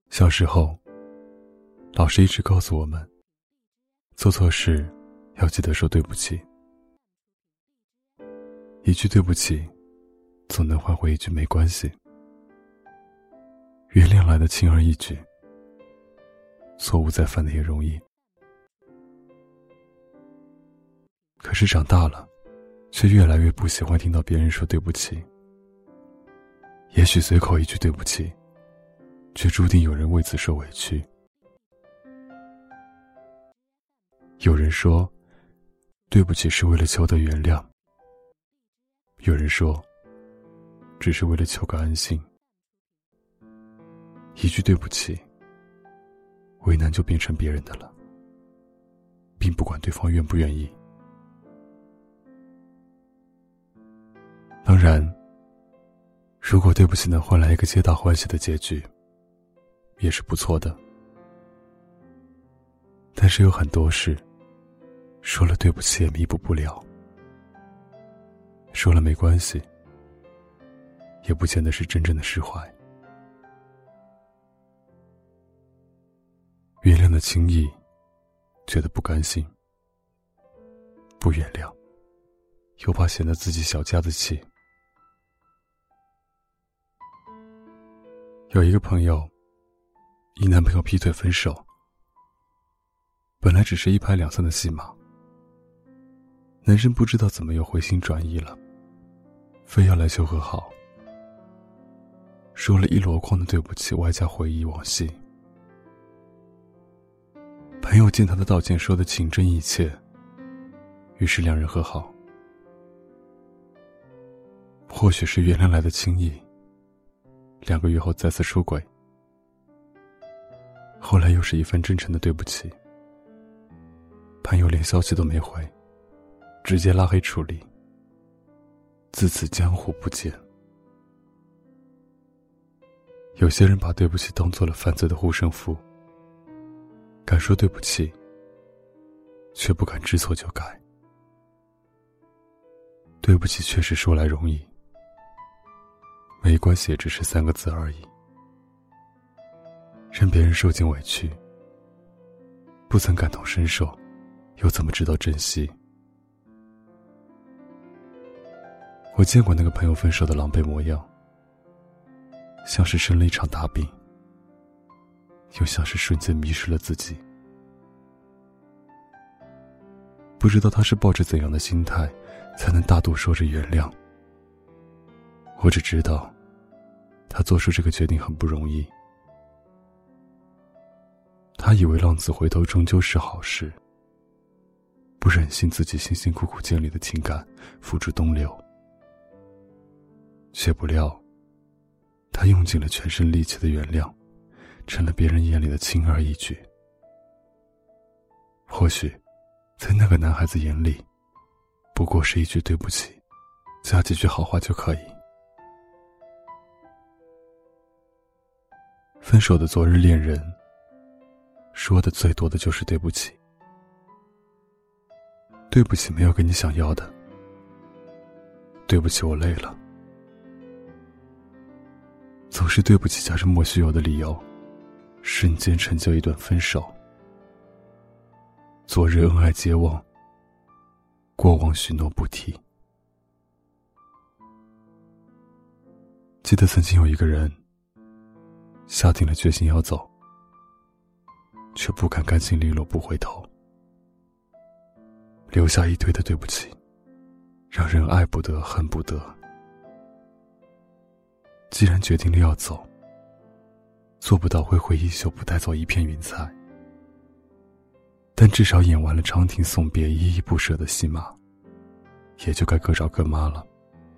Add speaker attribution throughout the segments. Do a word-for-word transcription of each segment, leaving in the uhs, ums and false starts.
Speaker 1: 小时候，老师一直告诉我们，做错事要记得说对不起。一句对不起，总能换回一句没关系。原谅来的轻而易举，错误再犯的也容易。可是长大了，却越来越不喜欢听到别人说对不起。也许随口一句对不起，却注定有人为此受委屈。有人说，对不起是为了求得原谅；有人说，只是为了求个安心。一句对不起，为难就变成别人的了，并不管对方愿不愿意。当然，如果对不起能换来一个皆大欢喜的结局，也是不错的。但是有很多事，说了对不起也弥补不了，说了没关系，也不见得是真正的释怀。原谅的轻易，觉得不甘心；不原谅，又怕显得自己小家子气。有一个朋友，因男朋友劈腿分手，本来只是一拍两散的戏码，男生不知道怎么又回心转意了，非要来求和好，说了一箩筐的对不起，外加回忆往昔。朋友见他的道歉说得情真意切，于是两人和好。或许是原谅来的轻易，两个月后再次出轨，后来又是一番真诚的对不起，朋友连消息都没回，直接拉黑处理，自此江湖不见。有些人把对不起当做了犯罪的护身符，敢说对不起，却不敢知错就改。对不起确实说来容易，没关系也只是三个字而已。任别人受尽委屈，不曾感同身受，又怎么知道珍惜？我见过那个朋友分手的狼狈模样，像是生了一场大病，又像是瞬间迷失了自己。不知道他是抱着怎样的心态，才能大度说着原谅。我只知道，他做出这个决定很不容易。他以为浪子回头终究是好事，不忍心自己辛辛苦苦建立的情感付诸东流，却不料他用尽了全身力气的原谅，成了别人眼里的轻而易举。或许在那个男孩子眼里，不过是一句对不起，加几句好话就可以。分手的昨日恋人，说的最多的就是对不起。对不起没有给你想要的，对不起我累了。总是对不起加上莫须有的理由，瞬间成就一段分手。昨日恩爱皆忘，过往许诺不提。记得曾经有一个人下定了决心要走，却不敢干净利落不回头，留下一堆的对不起，让人爱不得恨不得。既然决定了要走，做不到挥挥衣袖不带走一片云彩，但至少演完了长亭送别依依不舍的戏码，也就该各找各妈了。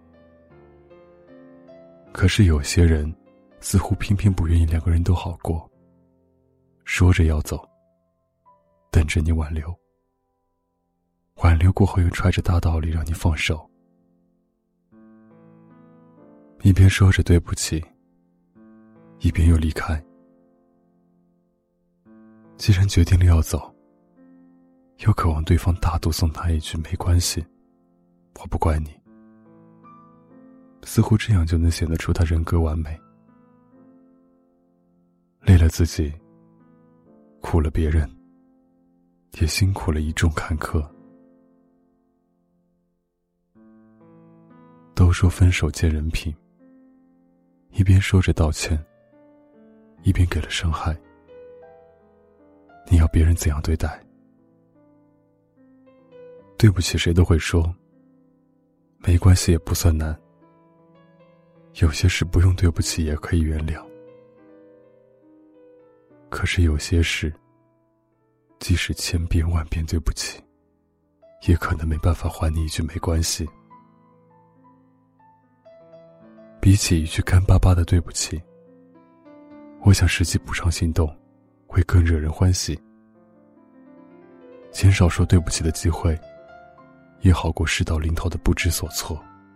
Speaker 1: 可是有些人似乎偏偏不愿意两个人都好过，说着要走，等着你挽留，挽留过后又揣着大道理让你放手。一边说着对不起，一边又离开。既然决定了要走，又渴望对方大度送他一句没关系，我不怪你，似乎这样就能显得出他人格完美。 累了自己，苦了别人，也辛苦了一众坎坷。都说分手见人品，一边说着道歉，一边给了伤害。你要别人怎样对待？对不起谁都会说，没关系也不算难，有些事不用对不起也可以原谅。可是有些事，即使千遍万遍对不起，也可能没办法还你一句没关系。比起一句干巴巴的对不起，我想实际补偿行动会更惹人欢喜。减少说对不起的机会，也好过事到临头的不知所措。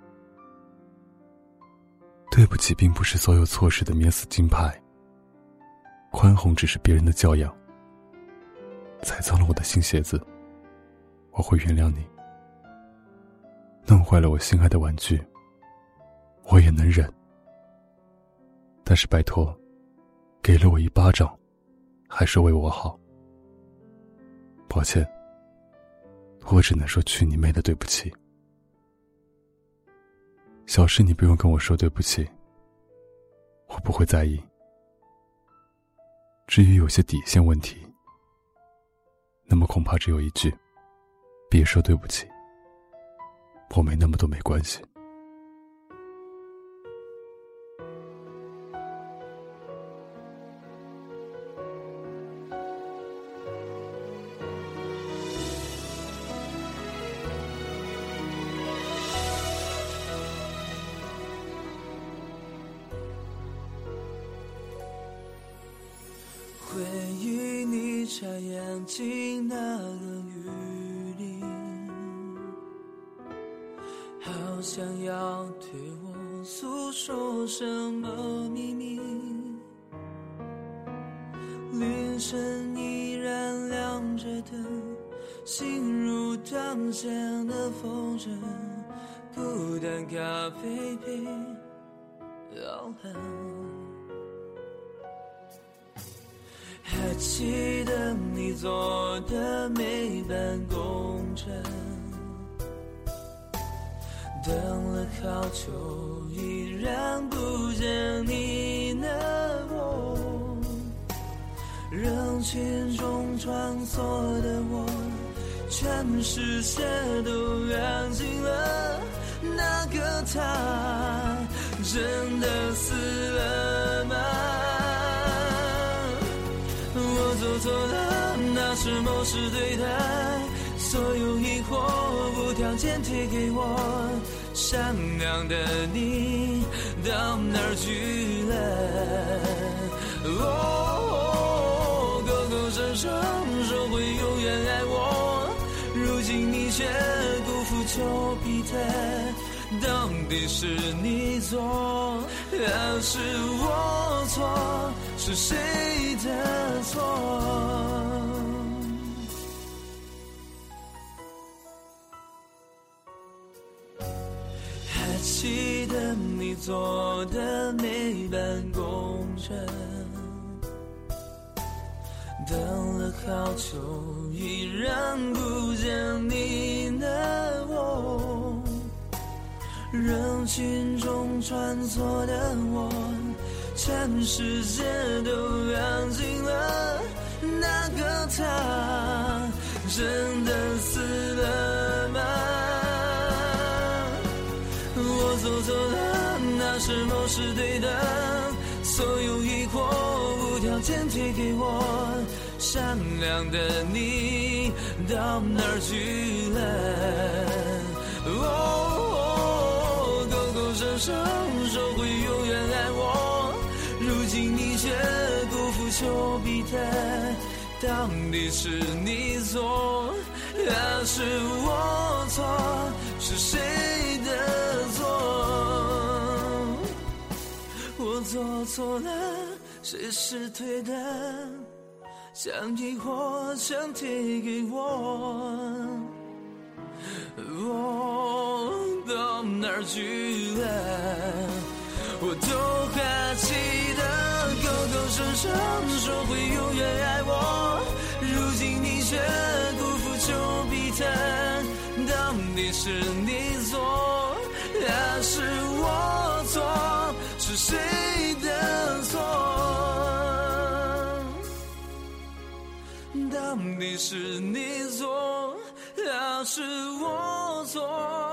Speaker 1: 对不起并不是所有错事的免死金牌，宽宏只是别人的教养。踩脏了我的新鞋子，我会原谅你。弄坏了我心爱的玩具，我也能忍。但是拜托，给了我一巴掌，还是为我好。抱歉，我只能说去你妹的对不起。小事你不用跟我说对不起，我不会在意。至于有些底线问题，那么恐怕只有一句，别说对不起，我没那么多没关系。
Speaker 2: 回忆你眨眼睛那个余力，好想要对我诉说什么秘密。凌晨依然亮着灯，心如当前的风筝，孤单咖啡杯摇篮。还记得你做的每班公车，等了好久依然不见你的我，人群中穿梭的我，全世界都安静了。那个他真的死了吗？我做错了，那是某事对待，所有疑惑无条件贴给我，善良的你到哪儿去了？哦，口口声声说会永远爱我，如今你却辜负丘比特，到底是你错还是我错？是谁的错？还记得你坐的每班公车，等了好久依然不见你的我，人群中穿梭的我，全世界都安静了。那个他真的死了吗？我做错了，那是某事对的，所有疑惑无条件贴给我，善良的你到哪儿去了？哦，口口声声说会永远爱我，如今你却辜负丘比特，到底是你错还是我错？是谁的错？我做错了，谁是对的？将疑惑全贴给我，我到哪儿去了？我都还记得，口口声声说会永远爱我，如今你却辜负丘比特，到底是你错还是我错？是谁的错？到底是你错还是我错？